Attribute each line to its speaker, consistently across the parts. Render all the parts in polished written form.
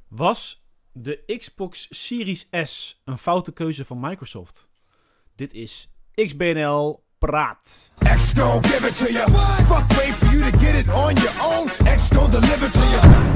Speaker 1: Was de Xbox Series S een foute keuze van Microsoft? Dit is XBNL Praat.
Speaker 2: X gon' give it to you. Fuck wait for you to get it on your own. X gon' deliver to you.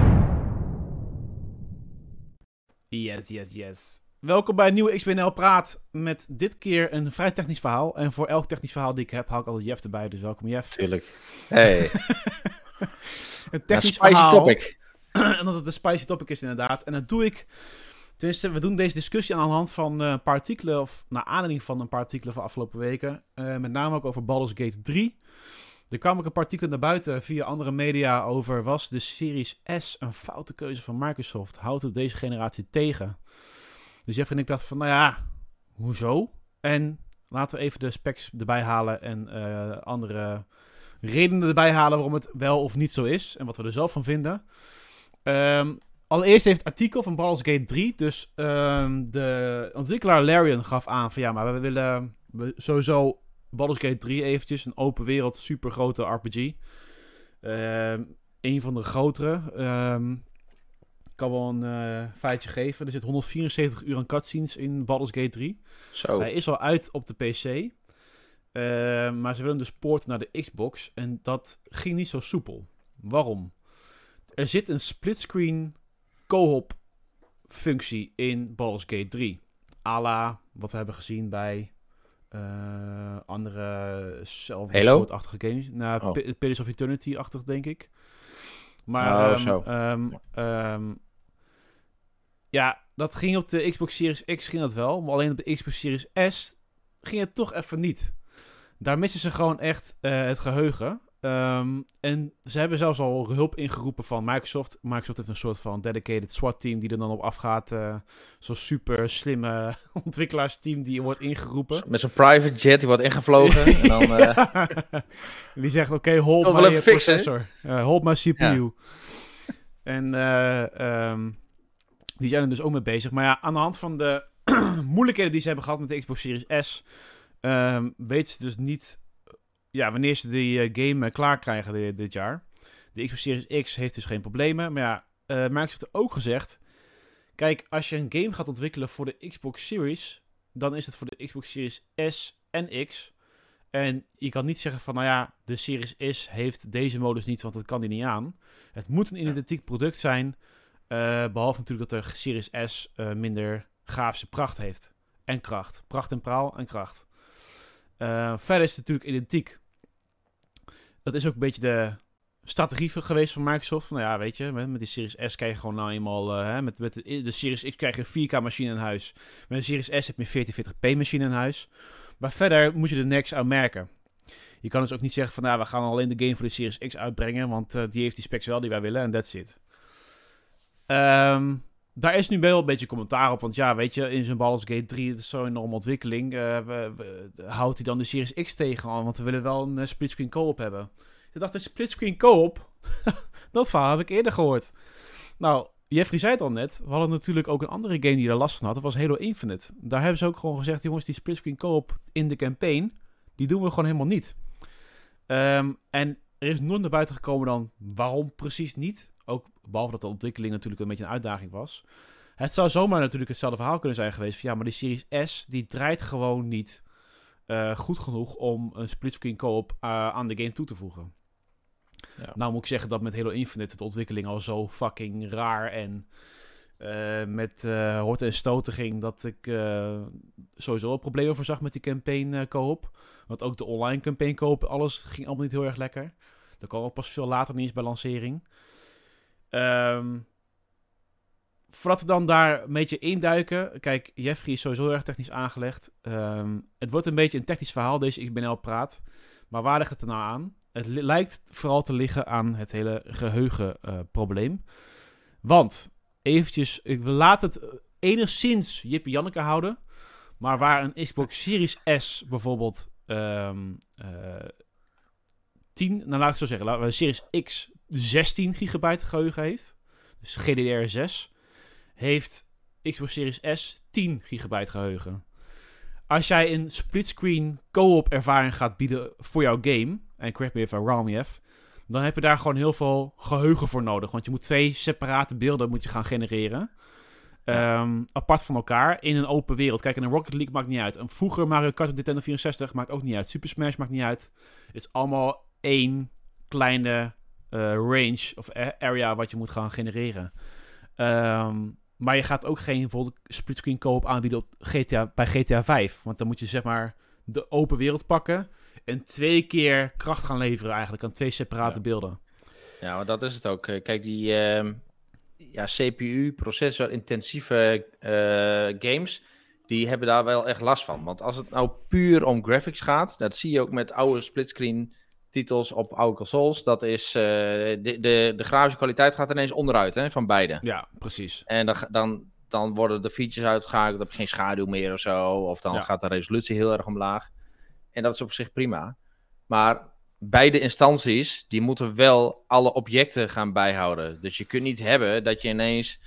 Speaker 1: Yes. Welkom bij een nieuwe XBNL Praat met dit keer een vrij technisch verhaal. En voor elk technisch verhaal die ik heb, hou ik altijd Jeff erbij. Dus welkom Jeff.
Speaker 3: Tuurlijk. Hey.
Speaker 1: Een technisch
Speaker 3: spicy
Speaker 1: verhaal.
Speaker 3: Topic.
Speaker 1: En dat het een spicy topic is inderdaad. En dat doe ik. Tenminste, we doen deze discussie aan de hand van een paar artikelen. Of naar aanleiding van een paar artikelen van afgelopen weken. Met name ook over Baldur's Gate 3. Er kwamen ook een paar artikelen naar buiten via andere media over... Was de Series S een foute keuze van Microsoft? Houdt het deze generatie tegen? Dus Jeff en ik dachten van, nou ja, hoezo? En laten we even de specs erbij halen en andere redenen erbij halen waarom het wel of niet zo is. En wat we er zelf van vinden. Allereerst heeft het artikel van Baldur's Gate 3, dus de ontwikkelaar Larian gaf aan van ja, maar we willen sowieso Baldur's Gate 3 eventjes, een open wereld, super grote RPG. Een van de grotere. Ik kan wel een feitje geven. Er zit 174 uur aan cutscenes in Baldur's Gate 3.
Speaker 3: Zo.
Speaker 1: Hij is al uit op de PC. Maar ze willen hem dus poorten naar de Xbox. En dat ging niet zo soepel. Waarom? Er zit een splitscreen co-op functie in Baldur's Gate 3. À la wat we hebben gezien bij andere zelfde soortachtige games. Nou, Pillars of Eternity-achtig, denk ik. Maar ja, dat ging op de Xbox Series X ging dat wel. Maar alleen op de Xbox Series S ging het toch even niet. Daar missen ze gewoon echt het geheugen. En ze hebben zelfs al hulp ingeroepen van Microsoft. Microsoft heeft een soort van dedicated SWAT-team die er dan op afgaat. Zo'n super slimme ontwikkelaarsteam die wordt ingeroepen.
Speaker 3: Met zo'n private jet die wordt ingevlogen. En dan,
Speaker 1: die zegt, oké, hold my processor. Hold my CPU. Ja. En die zijn er dus ook mee bezig. Maar ja, aan de hand van de moeilijkheden die ze hebben gehad met de Xbox Series S... weten ze dus niet... Ja, wanneer ze die game klaar krijgen dit jaar. De Xbox Series X heeft dus geen problemen. Maar ja, Microsoft heeft ook gezegd... Kijk, als je een game gaat ontwikkelen voor de Xbox Series... dan is het voor de Xbox Series S en X. En je kan niet zeggen van... Nou ja, de Series S heeft deze modus niet... want dat kan die niet aan. Het moet een identiek product zijn... behalve natuurlijk dat de Series S minder grafische pracht heeft. En kracht. Pracht en praal en kracht. Verder is het natuurlijk identiek. Dat is ook een beetje de strategie geweest van Microsoft. Van, nou ja, weet je, met die Series S krijg je gewoon nou eenmaal... met de Series X krijg je een 4K machine in huis. Met de Series S heb je een 1440p machine in huis. Maar verder moet je er niks aan merken. Je kan dus ook niet zeggen van... Nou, we gaan alleen de game voor de Series X uitbrengen... want die heeft die specs wel die wij willen en that's it. Daar is nu wel een beetje commentaar op. Want ja, weet je, in zo'n Baldur's Gate 3... het is zo'n enorme ontwikkeling... houdt hij dan de Series X tegen? Want we willen wel een splitscreen co-op hebben. Ik dacht, een splitscreen co-op? Dat verhaal heb ik eerder gehoord. Nou, Jeffrey zei het al net. We hadden natuurlijk ook een andere game die er last van had. Dat was Halo Infinite. Daar hebben ze ook gewoon gezegd... jongens, die splitscreen co-op in de campaign... die doen we gewoon helemaal niet. En er is nooit naar buiten gekomen dan... waarom precies niet... Ook behalve dat de ontwikkeling natuurlijk een beetje een uitdaging was. Het zou zomaar natuurlijk hetzelfde verhaal kunnen zijn geweest. Van, ja, maar die Series S die draait gewoon niet goed genoeg om een splitscreen co-op aan de game toe te voegen. Ja. Nou moet ik zeggen dat met Halo Infinite de ontwikkeling al zo fucking raar en met horten en stoten ging... dat ik sowieso een probleem over zag met die campaign co-op. Want ook de online campaign co-op, alles ging allemaal niet heel erg lekker. Dat kwam ook pas veel later, niet eens bij lancering. Voordat we dan daar een beetje induiken... Kijk, Jeffrey is sowieso heel erg technisch aangelegd. Het wordt een beetje een technisch verhaal, deze XBNL Praat. Maar waar ligt het er nou aan? Het lijkt vooral te liggen aan het hele geheugenprobleem. Want, eventjes... Ik laat het enigszins Jippie Janneke houden. Maar waar een Xbox Series S bijvoorbeeld... 10... Nou, laat ik het zo zeggen. Waar een Series X 16 gigabyte geheugen heeft... Dus GDDR6... heeft Xbox Series S 10 gigabyte geheugen. Als jij een splitscreen co-op ervaring gaat bieden voor jouw game... en correct me if I'm wrong, Jeff... dan heb je daar gewoon heel veel geheugen voor nodig. Want je moet 2 separate beelden moet je gaan genereren. Apart van elkaar in een open wereld. Kijk, in een Rocket League maakt niet uit. En vroeger Mario Kart op Nintendo 64 maakt ook niet uit. Super Smash maakt niet uit. Het is allemaal 1 kleine range of area wat je moet gaan genereren. Maar je gaat ook geen bijvoorbeeld splitscreen co-op aanbieden op bij GTA 5. Want dan moet je zeg maar de open wereld pakken en 2 keer kracht gaan leveren eigenlijk aan 2 separate beelden.
Speaker 3: Ja, maar dat is het ook. Kijk, die CPU, processor-intensieve games, die hebben daar wel echt last van. Want als het nou puur om graphics gaat, dat zie je ook met oude splitscreen titels op oude consoles, dat is de grafische kwaliteit gaat ineens onderuit, hè, van beide.
Speaker 1: Ja, precies.
Speaker 3: En dan worden de features uitgeschakeld, dan heb je geen schaduw meer of zo, of dan gaat de resolutie heel erg omlaag. En dat is op zich prima. Maar beide instanties, die moeten wel alle objecten gaan bijhouden. Dus je kunt niet hebben dat je ineens,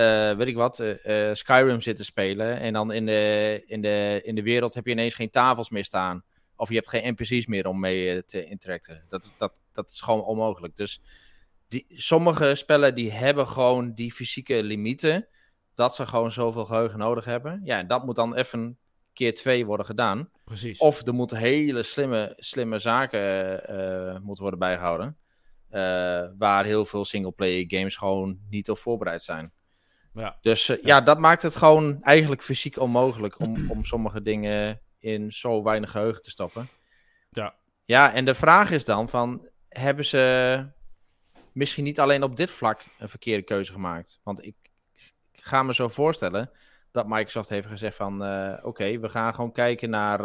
Speaker 3: Skyrim zit te spelen en dan in de wereld heb je ineens geen tafels meer staan. Of je hebt geen NPC's meer om mee te interacten. Dat is gewoon onmogelijk. Dus sommige spellen die hebben gewoon die fysieke limieten. Dat ze gewoon zoveel geheugen nodig hebben. Ja, en dat moet dan even keer 2 worden gedaan.
Speaker 1: Precies.
Speaker 3: Of er moeten hele slimme zaken moeten worden bijgehouden. Waar heel veel singleplayer games gewoon niet op voorbereid zijn.
Speaker 1: Ja.
Speaker 3: Dus dat maakt het gewoon eigenlijk fysiek onmogelijk om sommige dingen in zo weinig geheugen te stoppen.
Speaker 1: Ja.
Speaker 3: Ja, en de vraag is dan van, hebben ze misschien niet alleen op dit vlak een verkeerde keuze gemaakt? Want ik ga me zo voorstellen dat Microsoft heeft gezegd van, oké, we gaan gewoon kijken naar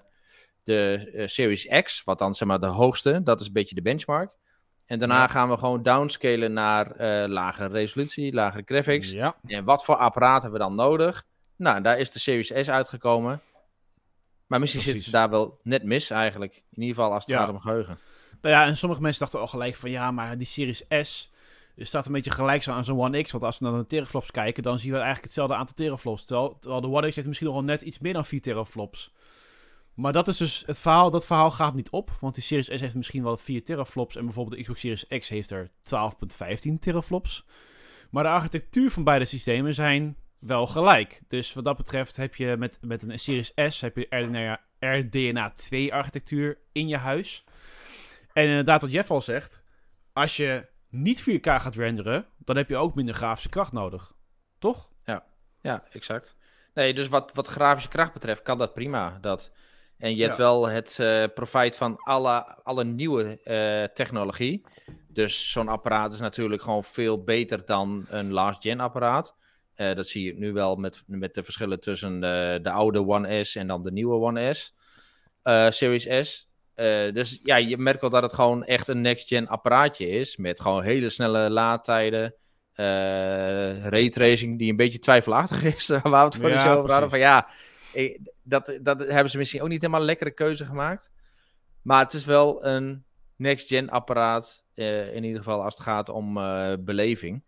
Speaker 3: de Series X, wat dan zeg maar de hoogste, dat is een beetje de benchmark. En daarna gaan we gewoon downscalen naar lagere resolutie, lagere graphics.
Speaker 1: Ja.
Speaker 3: En wat voor apparaat hebben we dan nodig? Nou, daar is de Series S uitgekomen. Maar misschien zitten ze daar wel net mis eigenlijk. In ieder geval als het gaat om geheugen.
Speaker 1: Nou ja, en sommige mensen dachten al gelijk van ja, maar die Series S staat een beetje gelijk zo aan zo'n One X. Want als we naar de teraflops kijken, dan zien we eigenlijk hetzelfde aantal teraflops. Terwijl de One X heeft misschien nog wel net iets meer dan 4 teraflops. Maar dat is dus het verhaal. Dat verhaal gaat niet op. Want die Series S heeft misschien wel 4 teraflops. En bijvoorbeeld de Xbox Series X heeft er 12,15 teraflops. Maar de architectuur van beide systemen zijn wel gelijk. Dus wat dat betreft heb je met een Series S heb je RDNA 2 architectuur in je huis. En inderdaad wat Jeff al zegt, als je niet 4K gaat renderen, dan heb je ook minder grafische kracht nodig. Toch?
Speaker 3: Ja, exact. Nee, dus wat grafische kracht betreft kan dat prima. En je hebt wel het profijt van alle nieuwe technologie. Dus zo'n apparaat is natuurlijk gewoon veel beter dan een last-gen apparaat. Dat zie je nu wel met de verschillen tussen de oude One S en dan de nieuwe One S. Series S. Dus ja, je merkt wel dat het gewoon echt een next-gen apparaatje is. Met gewoon hele snelle laadtijden. Raytracing die een beetje twijfelachtig is. Waar we het voor de show over hadden. Van ja, dat hebben ze misschien ook niet helemaal een lekkere keuze gemaakt. Maar het is wel een next-gen apparaat. In ieder geval als het gaat om beleving.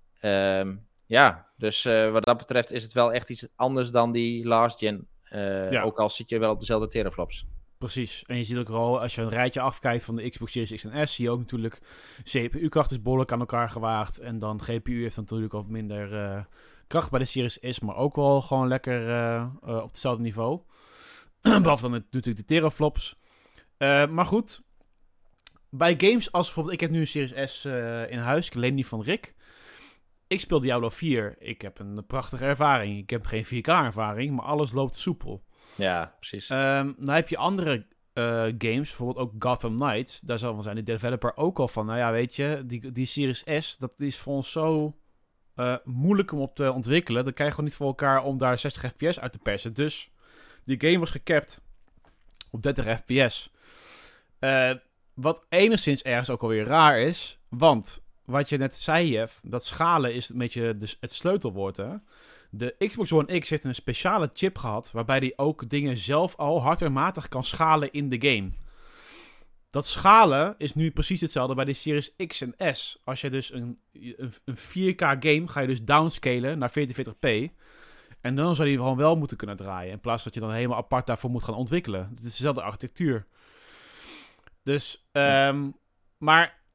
Speaker 3: Dus wat dat betreft is het wel echt iets anders dan die last-gen. Ook al zit je wel op dezelfde teraflops.
Speaker 1: Precies. En je ziet ook wel, als je een rijtje afkijkt van de Xbox Series X en S, zie je ook natuurlijk CPU-kracht is behoorlijk aan elkaar gewaagd. En dan GPU heeft dan natuurlijk ook minder kracht bij de Series S, maar ook wel gewoon lekker op hetzelfde niveau. Behalve dan natuurlijk de teraflops. Maar goed, bij games als bijvoorbeeld, ik heb nu een Series S in huis, ik leen die van Rick. Ik speel Diablo 4. Ik heb een prachtige ervaring. Ik heb geen 4K-ervaring, maar alles loopt soepel.
Speaker 3: Ja, precies.
Speaker 1: Nou heb je andere games, bijvoorbeeld ook Gotham Knights. Daar zal wel zijn de developer ook al van. Nou ja, weet je, die Series S, dat is voor ons zo moeilijk om op te ontwikkelen. Dan krijg je gewoon niet voor elkaar om daar 60 fps uit te persen. Dus die game was gecapt op 30 fps. Wat enigszins ergens ook alweer raar is, want wat je net zei, Jeff, dat schalen is een beetje het sleutelwoord, hè? De Xbox One X heeft een speciale chip gehad, waarbij die ook dingen zelf al hardwarematig kan schalen in de game. Dat schalen is nu precies hetzelfde bij de Series X en S. Als je dus een 4K game ga je dus downscalen naar 1440p. En dan zou die gewoon wel moeten kunnen draaien. In plaats dat je dan helemaal apart daarvoor moet gaan ontwikkelen. Het is dezelfde architectuur. Dus, maar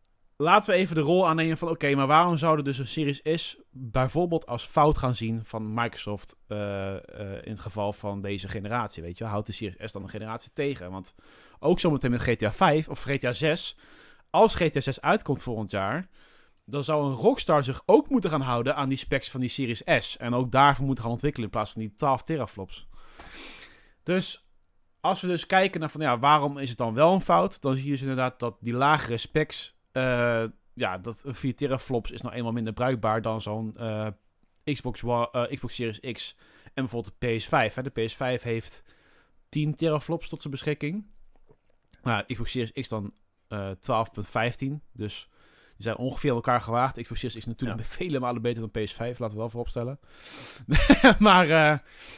Speaker 1: laten we even de rol aannemen van... Oké, maar waarom zouden dus een Series S bijvoorbeeld als fout gaan zien van Microsoft... in het geval van deze generatie, weet je? Houdt de Series S dan een generatie tegen? Want ook zometeen met GTA 5 of GTA 6... Als GTA 6 uitkomt volgend jaar... dan zou een Rockstar zich ook moeten gaan houden aan die specs van die Series S. En ook daarvoor moeten gaan ontwikkelen in plaats van die 12 teraflops. Dus als we dus kijken naar van waarom is het dan wel een fout? Dan zie je dus inderdaad dat die lagere specs... dat 4 teraflops is nou eenmaal minder bruikbaar dan zo'n Xbox Series X en bijvoorbeeld de PS5. Hè. De PS5 heeft 10 teraflops tot zijn beschikking. Nou, Xbox Series X dan 12.15. Dus die zijn ongeveer aan elkaar gewaagd. Xbox Series X is natuurlijk vele malen beter dan PS5. Laten we wel vooropstellen. Maar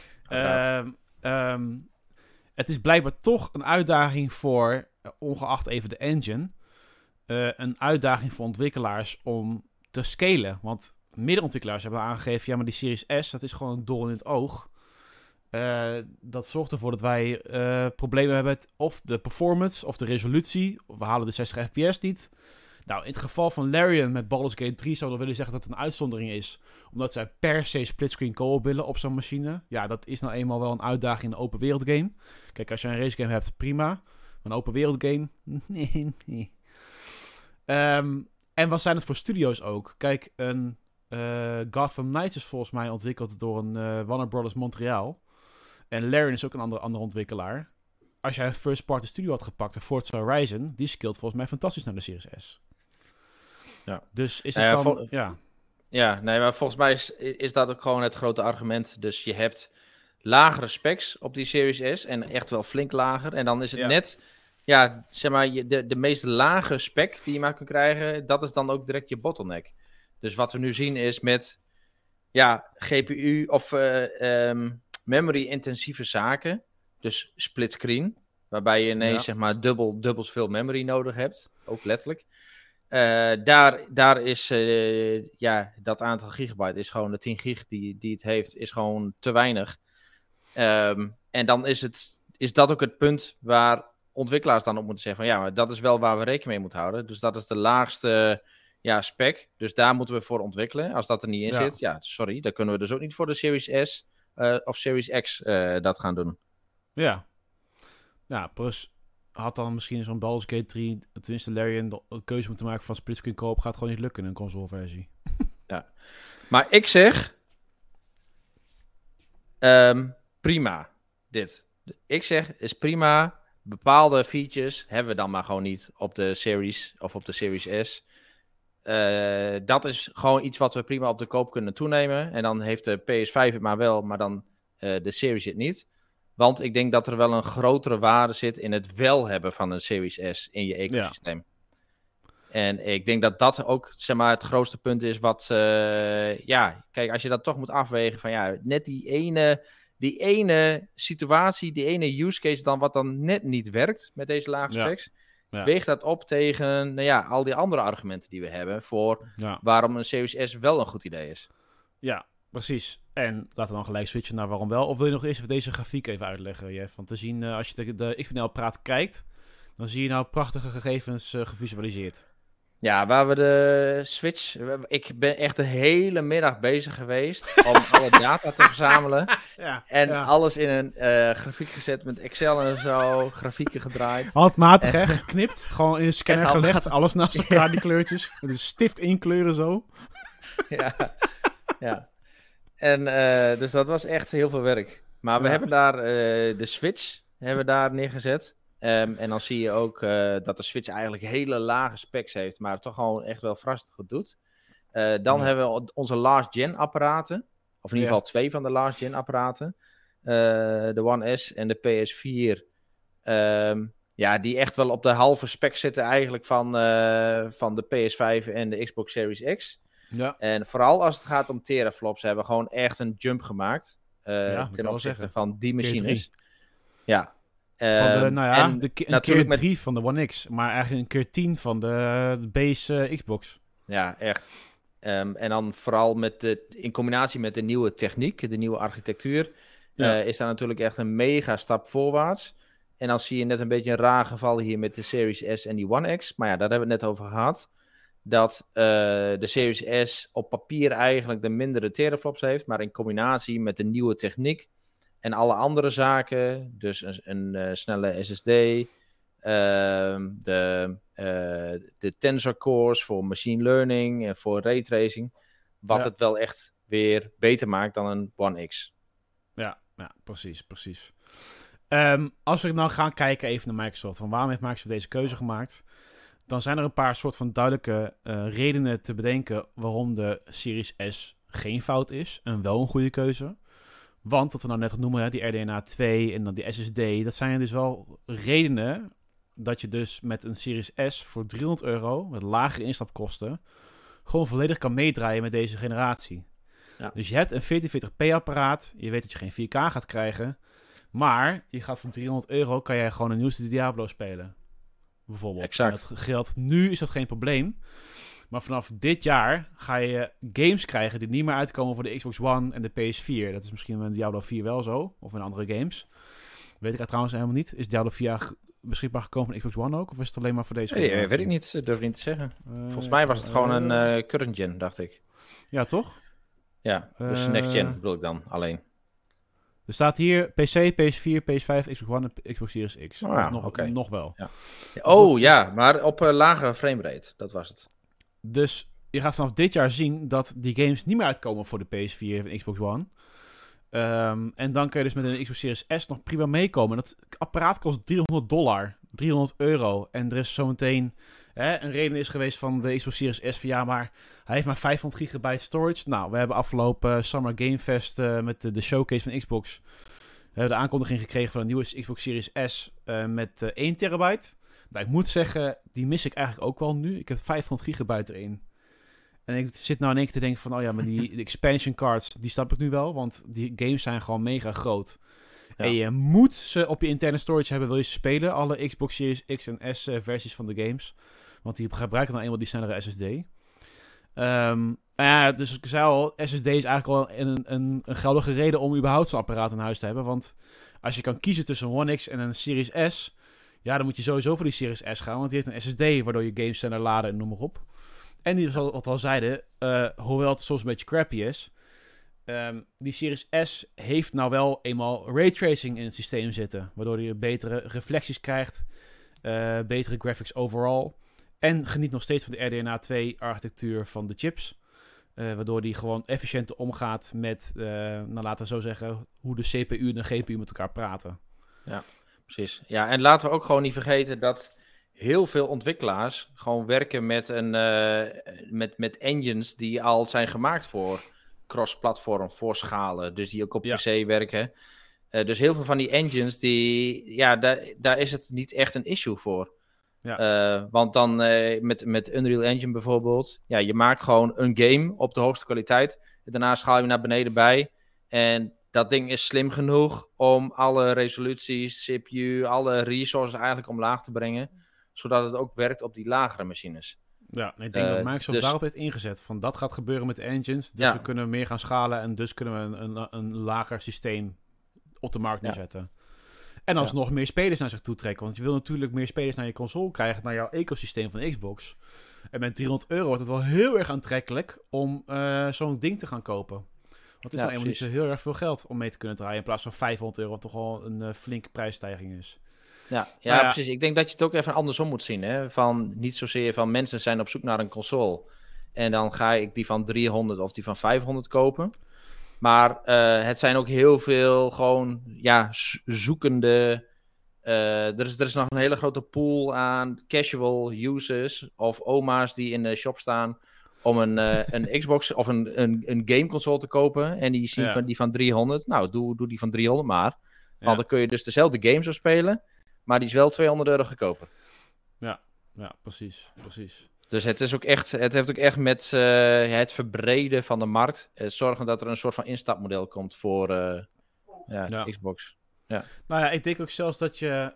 Speaker 1: het is blijkbaar toch een uitdaging voor, ongeacht even de engine... een uitdaging voor ontwikkelaars om te scalen. Want middeноntwikkelaars hebben aangegeven... maar die Series S, dat is gewoon een doorn in het oog. Dat zorgt ervoor dat wij problemen hebben met of de performance of de resolutie. Of we halen de 60 fps niet. Nou, in het geval van Larian met Baldur's Gate 3 zou ik willen zeggen dat het een uitzondering is. Omdat zij per se splitscreen co-op willen op zo'n machine. Ja, dat is nou eenmaal wel een uitdaging in een open wereld game. Kijk, als je een race game hebt, prima. Maar een open wereld game? Nee. En wat zijn het voor studio's ook? Kijk, een Gotham Knights is volgens mij ontwikkeld door een Warner Brothers Montreal. En Larian is ook een andere ontwikkelaar. Als jij een first-party studio had gepakt, een Forza Horizon, die skilled volgens mij fantastisch naar de Series S.
Speaker 3: Ja.
Speaker 1: Dus is het dan...
Speaker 3: Ja, nee, maar volgens mij is dat ook gewoon het grote argument. Dus je hebt lagere specs op die Series S en echt wel flink lager. En dan is het net... Ja, zeg maar, de meest lage spec die je maar kunt krijgen, dat is dan ook direct je bottleneck. Dus wat we nu zien is met GPU of memory-intensieve zaken, dus split screen, waarbij je ineens zeg maar dubbel zoveel memory nodig hebt, ook letterlijk. Daar is dat aantal gigabyte is gewoon de 10 gig die het heeft, is gewoon te weinig. En dan is dat ook het punt waar ontwikkelaars dan op moeten zeggen van maar dat is wel waar we rekening mee moeten houden. Dus dat is de laagste spec. Dus daar moeten we voor ontwikkelen. Als dat er niet in zit, sorry, dan kunnen we dus ook niet voor de Series S of Series X dat gaan doen. Ja.
Speaker 1: Ja, plus had dan misschien zo'n Baldur's Gate 3, tenminste Larian, de keuze moeten maken van splitscreen co-op, gaat gewoon niet lukken in een consoleversie.
Speaker 3: Ja. Maar ik zeg prima dit. Ik zeg, is prima. Bepaalde features hebben we dan maar gewoon niet op de Series of op de Series S. Dat is gewoon iets wat we prima op de koop kunnen toenemen. En dan heeft de PS5 het maar wel, maar dan de Series het niet. Want ik denk dat er wel een grotere waarde zit in het wel hebben van een Series S in je ecosysteem. Ja. En ik denk dat dat ook zeg maar, het grootste punt is wat... kijk, als je dat toch moet afwegen van net die ene situatie, die ene use case dan wat dan net niet werkt met deze lage specs. Ja. Weeg dat op tegen al die andere argumenten die we hebben voor waarom een Series S wel een goed idee is.
Speaker 1: Ja, precies. En laten we dan gelijk switchen naar waarom wel. Of wil je nog eerst even deze grafiek even uitleggen, Jeff? Want te zien, als je de XBNL-praat kijkt, dan zie je nou prachtige gegevens gevisualiseerd.
Speaker 3: Ja, waar we de Switch... Ik ben echt de hele middag bezig geweest om alle data te verzamelen. Alles in een grafiek gezet met Excel en zo. Grafieken gedraaid.
Speaker 1: Handmatig, geknipt. Gewoon in een scanner gelegd. Alles naast elkaar, die kleurtjes. Met een stift inkleuren zo.
Speaker 3: Ja. En dus dat was echt heel veel werk. Maar we hebben daar de Switch neergezet. En dan zie je ook dat de Switch eigenlijk hele lage specs heeft, maar het toch gewoon echt wel verrassend goed doet. Dan hebben we onze last-gen apparaten, of in ieder geval 2 van de last-gen apparaten. De One S en de PS4. Die echt wel op de halve spec zitten eigenlijk van de PS5 en de Xbox Series X. Ja. En vooral als het gaat om teraflops hebben we gewoon echt een jump gemaakt ten opzichte van die machines. Ja.
Speaker 1: Van een keer 3 van de One X, maar eigenlijk een keer 10 van de base Xbox.
Speaker 3: Ja, echt. En dan vooral in combinatie met de nieuwe techniek, de nieuwe architectuur, is daar natuurlijk echt een mega stap voorwaarts. En dan zie je net een beetje een raar geval hier met de Series S en die One X. Maar daar hebben we het net over gehad. dat de Series S op papier eigenlijk de mindere teraflops heeft, maar in combinatie met de nieuwe techniek en alle andere zaken, dus een snelle SSD, de Tensor Cores voor machine learning en voor raytracing, wat het wel echt weer beter maakt dan een One X.
Speaker 1: Ja, precies. Als we nou gaan kijken even naar Microsoft, van waarom heeft Microsoft deze keuze gemaakt, dan zijn er een paar soort van duidelijke redenen te bedenken waarom de Series S geen fout is en wel een goede keuze. Want, wat we nou net noemen, die RDNA 2 en dan die SSD, dat zijn dus wel redenen dat je dus met een Series S voor €300, met lagere instapkosten, gewoon volledig kan meedraaien met deze generatie. Ja. Dus je hebt een 1440p apparaat, je weet dat je geen 4K gaat krijgen, maar je gaat voor €300 kan jij gewoon een nieuwste Diablo spelen. Bijvoorbeeld.
Speaker 3: Exact.
Speaker 1: Dat geldt, nu is dat geen probleem. Maar vanaf dit jaar ga je games krijgen die niet meer uitkomen voor de Xbox One en de PS4. Dat is misschien met Diablo 4 wel zo. Of in andere games. Weet ik trouwens helemaal niet. Is Diablo 4 beschikbaar gekomen van Xbox One ook? Of is het alleen maar voor deze generatie?
Speaker 3: Nee, weet ik niet. Dat durf ik niet te zeggen. Volgens mij was het gewoon een current gen, dacht ik.
Speaker 1: Ja, toch?
Speaker 3: Ja, dus next gen bedoel ik dan alleen.
Speaker 1: Er staat hier PC, PS4, PS5, Xbox One en Xbox Series X.
Speaker 3: Oh, ja,
Speaker 1: nog wel.
Speaker 3: Ja. Oh ja, maar op lagere framerate. Dat was het.
Speaker 1: Dus je gaat vanaf dit jaar zien dat die games niet meer uitkomen voor de PS4 en Xbox One. En dan kun je dus met een Xbox Series S nog prima meekomen. Dat apparaat kost $300, €300. En er is zometeen een reden is geweest van de Xbox Series S van ja, maar hij heeft maar 500 gigabyte storage. Nou, we hebben afgelopen Summer Game Fest met de showcase van Xbox de aankondiging gekregen van een nieuwe Xbox Series S met 1 terabyte. Nou, ik moet zeggen, die mis ik eigenlijk ook wel nu. Ik heb 500 gigabyte erin. En ik zit nou in één keer te denken van, oh ja, maar die expansion cards, die snap ik nu wel. Want die games zijn gewoon mega groot. Ja. En je moet ze op je interne storage hebben, wil je ze spelen. Alle Xbox Series X en S versies van de games. Want die gebruiken nou eenmaal die snellere SSD. Dus ik zei al, SSD is eigenlijk al een geldige reden om überhaupt zo'n apparaat in huis te hebben. Want als je kan kiezen tussen een One X en een Series S, ja, dan moet je sowieso voor die Series S gaan. Want die heeft een SSD, waardoor je games sneller laden en noem maar op. En die, zoals we al zeiden, hoewel het soms een beetje crappy is, die Series S heeft nou wel eenmaal raytracing in het systeem zitten. Waardoor je betere reflecties krijgt, betere graphics overall. En geniet nog steeds van de RDNA 2 architectuur van de chips. Waardoor die gewoon efficiënter omgaat met, laten we zo zeggen, hoe de CPU en de GPU met elkaar praten.
Speaker 3: Ja, precies. Ja, en laten we ook gewoon niet vergeten dat heel veel ontwikkelaars gewoon werken met engines die al zijn gemaakt voor cross-platform, voor schalen. Dus die ook op PC werken. Dus heel veel van die engines, daar is het niet echt een issue voor. Ja. Want dan met Unreal Engine bijvoorbeeld, ja, je maakt gewoon een game op de hoogste kwaliteit. En daarna schaal je naar beneden bij. En dat ding is slim genoeg om alle resoluties, CPU, alle resources eigenlijk omlaag te brengen. Zodat het ook werkt op die lagere machines.
Speaker 1: Ja, en ik denk dat Microsoft daarop heeft ingezet. Van dat gaat gebeuren met de engines. Dus we kunnen meer gaan schalen. En dus kunnen we een lager systeem op de markt neerzetten. En alsnog meer spelers naar zich toe trekken. Want je wil natuurlijk meer spelers naar je console krijgen. Naar jouw ecosysteem van Xbox. En met €300 wordt het wel heel erg aantrekkelijk om zo'n ding te gaan kopen. Want het is nou eenmaal niet zo heel erg veel geld om mee te kunnen draaien. In plaats van €500, wat toch wel een flinke prijsstijging is.
Speaker 3: Ja, precies. Ik denk dat je het ook even andersom moet zien. Hè? Van, niet zozeer van mensen zijn op zoek naar een console. En dan ga ik die van 300 of die van 500 kopen. Maar het zijn ook heel veel gewoon zoekende. Er is nog een hele grote pool aan casual users of oma's die in de shop staan om een Xbox of een gameconsole te kopen. En die zien van die van 300. Nou, doe die van 300 maar. Want dan kun je dus dezelfde games op spelen. Maar die is wel €200 goedkoper.
Speaker 1: Ja, precies.
Speaker 3: Dus het heeft ook echt met het verbreden van de markt. Zorgen dat er een soort van instapmodel komt voor Xbox. Ja. Nou
Speaker 1: ja, ik denk ook zelfs dat je,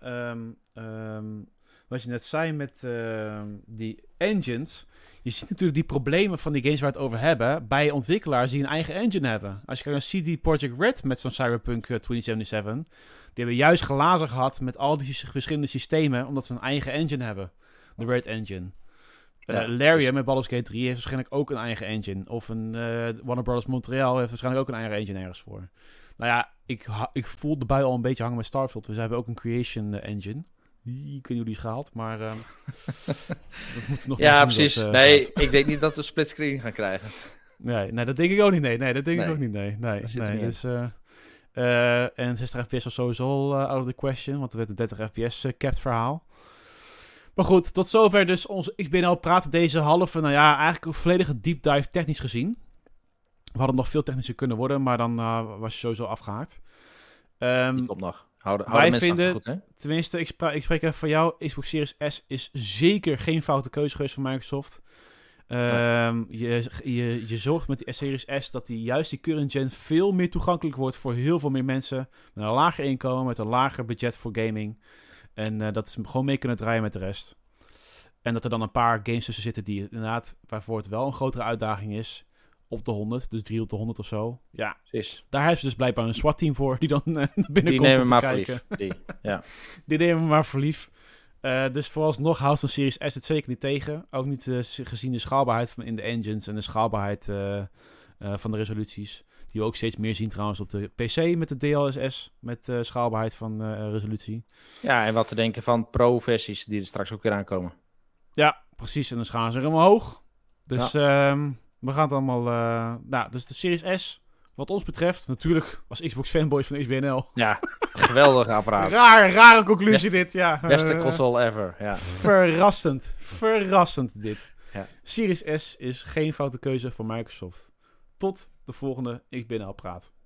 Speaker 1: wat je net zei met die engines. Je ziet natuurlijk die problemen van die games waar we het over hebben bij ontwikkelaars die een eigen engine hebben. Als je kijkt naar CD Projekt Red met zo'n Cyberpunk 2077, die hebben juist glazen gehad met al die verschillende systemen, omdat ze een eigen engine hebben. De Red Engine. Larian met Baldur's Gate 3 heeft waarschijnlijk ook een eigen engine. Of een Warner Bros. Montreal heeft waarschijnlijk ook een eigen engine ergens voor. Nou ja, ik voel de bui al een beetje hangen met Starfield. We hebben ook een creation engine. Ik weet niet hoe die is gehaald, maar dat moet nog
Speaker 3: Ja,
Speaker 1: zien
Speaker 3: precies.
Speaker 1: dat,
Speaker 3: Nee,
Speaker 1: gaat.
Speaker 3: ik denk niet dat we splitscreen gaan krijgen.
Speaker 1: Nee, dat denk ik ook niet. Nee, dat denk ik ook niet. Nee.
Speaker 3: Dat zit er niet in.
Speaker 1: Dus, en 60 fps was sowieso al out of the question, want er werd een 30 fps capped verhaal. Maar goed, tot zover dus onze XBNL praten deze halve, nou ja, eigenlijk een volledige deep dive technisch gezien. We hadden nog veel technischer kunnen worden, maar dan was je sowieso afgehaakt.
Speaker 3: Die komt nog. Houden
Speaker 1: wij
Speaker 3: mensen
Speaker 1: vinden,
Speaker 3: goed, hè?
Speaker 1: tenminste, ik spreek even van jou, Xbox Series S is zeker geen foute keuze geweest van Microsoft. Je zorgt met die Series S dat juist die current gen veel meer toegankelijk wordt voor heel veel meer mensen. Met een lager inkomen, met een lager budget voor gaming. En dat ze gewoon mee kunnen draaien met de rest. En dat er dan een paar games tussen zitten die inderdaad, waarvoor het wel een grotere uitdaging is. Op de 100, dus 3 op de 100 of zo. Ja,
Speaker 3: Precies.
Speaker 1: daar hebben ze dus blijkbaar een SWAT-team voor die dan binnenkomt
Speaker 3: Die nemen
Speaker 1: om te
Speaker 3: maar
Speaker 1: kijken.
Speaker 3: voor lief. Die, ja.
Speaker 1: Die nemen we maar voor lief. Dus vooralsnog houdt een Series S het zeker niet tegen. Ook niet gezien de schaalbaarheid in de engines en de schaalbaarheid van de resoluties. Die we ook steeds meer zien trouwens op de PC met de DLSS. Met schaalbaarheid van resolutie.
Speaker 3: Ja, en wat te denken van pro-versies die er straks ook weer aankomen.
Speaker 1: Ja, precies. En dan gaan ze er helemaal hoog. Dus we gaan het allemaal... dus de Series S, wat ons betreft, natuurlijk als Xbox fanboys van XBNL.
Speaker 3: Ja, geweldige apparaat.
Speaker 1: Rare conclusie dit, ja.
Speaker 3: Beste console ever, ja.
Speaker 1: Verrassend dit.
Speaker 3: Ja.
Speaker 1: Series S is geen foute keuze voor Microsoft. Tot de volgende XBNL praat.